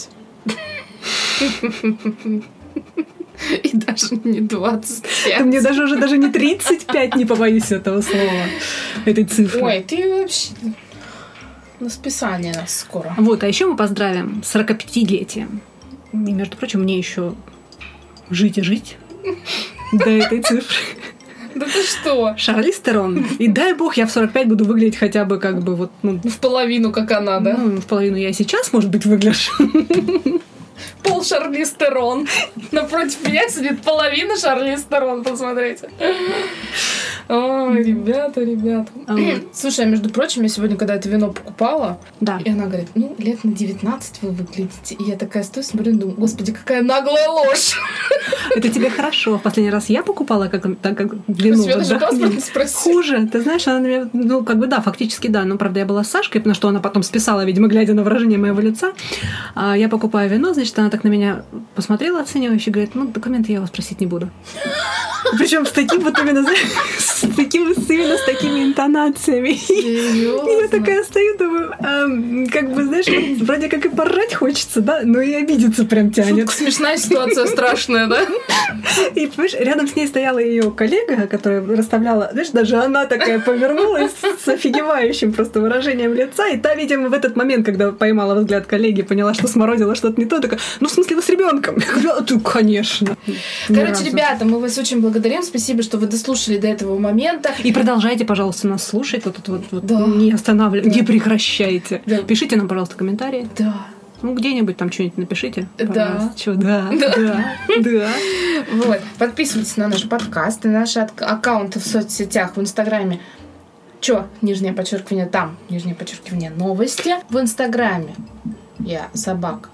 Speaker 1: И даже не двадцать пять.
Speaker 2: Да мне даже уже даже не тридцать пять, не побоюсь этого слова, этой цифры.
Speaker 1: Ой, ты вообще... На списание нас скоро.
Speaker 2: Вот, а еще мы поздравим с сорокапятилетием. И, между прочим, мне еще жить и жить до этой цифры.
Speaker 1: Да ты что?
Speaker 2: Шарлиз Терон. И дай бог, я в сорок пять буду выглядеть хотя бы как бы вот... Ну,
Speaker 1: в половину, как она, да?
Speaker 2: Ну, в половину я и сейчас, может быть, выгляжу.
Speaker 1: Пол Шарлиз Терон. Напротив меня сидит половина Шарлиз Терон, посмотрите. Ой, ребята, ребята.
Speaker 2: А.
Speaker 1: Слушай, а между прочим, я сегодня, когда это вино покупала,
Speaker 2: да.
Speaker 1: И она говорит, ну, лет на девятнадцать вы выглядите. И я такая стою, смотрю, думаю, господи, какая наглая ложь.
Speaker 2: Это тебе хорошо. В последний раз я покупала как, так, как вино.
Speaker 1: Я даже паспорт не спросила.
Speaker 2: Хуже. Ты знаешь, она на меня, ну, как бы, да, фактически, да. Но, правда, я была с Сашкой, на что она потом списала, видимо, глядя на выражение моего лица. А я покупаю вино, значит, она так на меня посмотрела оценивающе и говорит, ну, документы я вас просить не буду. Причем с таким вот именно, знаешь, с таким, именно с такими интонациями.
Speaker 1: Серьезно?
Speaker 2: И я такая стою, думаю, эм, как бы, знаешь, вот, вроде как и поржать хочется, да, но и обидеться прям тянет.
Speaker 1: Шутка смешная, ситуация страшная, да?
Speaker 2: И, понимаешь, рядом с ней стояла ее коллега, которая расставляла, знаешь, даже она такая повернулась с офигевающим просто выражением лица, и та, видимо, в этот момент, когда поймала взгляд коллеги, поняла, что сморозила что-то не то, такая, ну, в смысле, вы с ребенком? Я говорю, а ты, конечно.
Speaker 1: Короче, ребята, мы вас очень благодарим, спасибо, что вы дослушали до этого момента.
Speaker 2: И продолжайте, пожалуйста, нас слушать, вот, вот, вот,
Speaker 1: да.
Speaker 2: не останавливайте, да. Не прекращайте.
Speaker 1: Да.
Speaker 2: Пишите нам, пожалуйста, комментарии.
Speaker 1: Да.
Speaker 2: Ну, где-нибудь там что-нибудь напишите.
Speaker 1: Да.
Speaker 2: Чё, да, да, да, да.
Speaker 1: Вот. Подписывайтесь на наш подкаст, на наши аккаунты в соцсетях, в Инстаграме. Чё? Нижнее подчеркивание там. Нижнее подчеркивание новости. В Инстаграме я собак.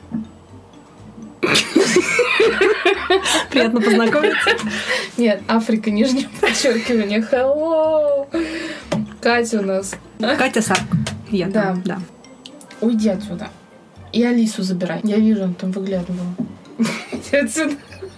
Speaker 2: Приятно познакомиться.
Speaker 1: Нет, Африка, нижнее подчеркивание. Hello. Катя у нас.
Speaker 2: Катя Сарк. Я
Speaker 1: да.
Speaker 2: Там, да.
Speaker 1: Уйди отсюда. И Алису забирай. Я вижу, он там выглядывал. Иди отсюда.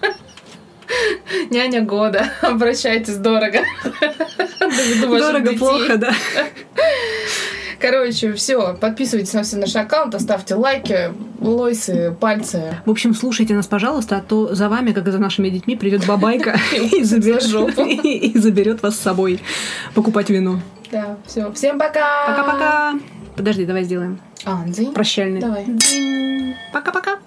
Speaker 1: Няня года. Обращайтесь, дорого.
Speaker 2: Дорого, плохо, да.
Speaker 1: Короче, все, подписывайтесь на все наши аккаунты, ставьте лайки, лойсы, пальцы.
Speaker 2: В общем, слушайте нас, пожалуйста, а то за вами, как и за нашими детьми, придет бабайка и заберет вас с собой покупать вино.
Speaker 1: Да, все. Всем пока!
Speaker 2: Пока-пока! Подожди, давай сделаем.
Speaker 1: А, дзынь.
Speaker 2: Прощальный.
Speaker 1: Давай.
Speaker 2: Пока-пока!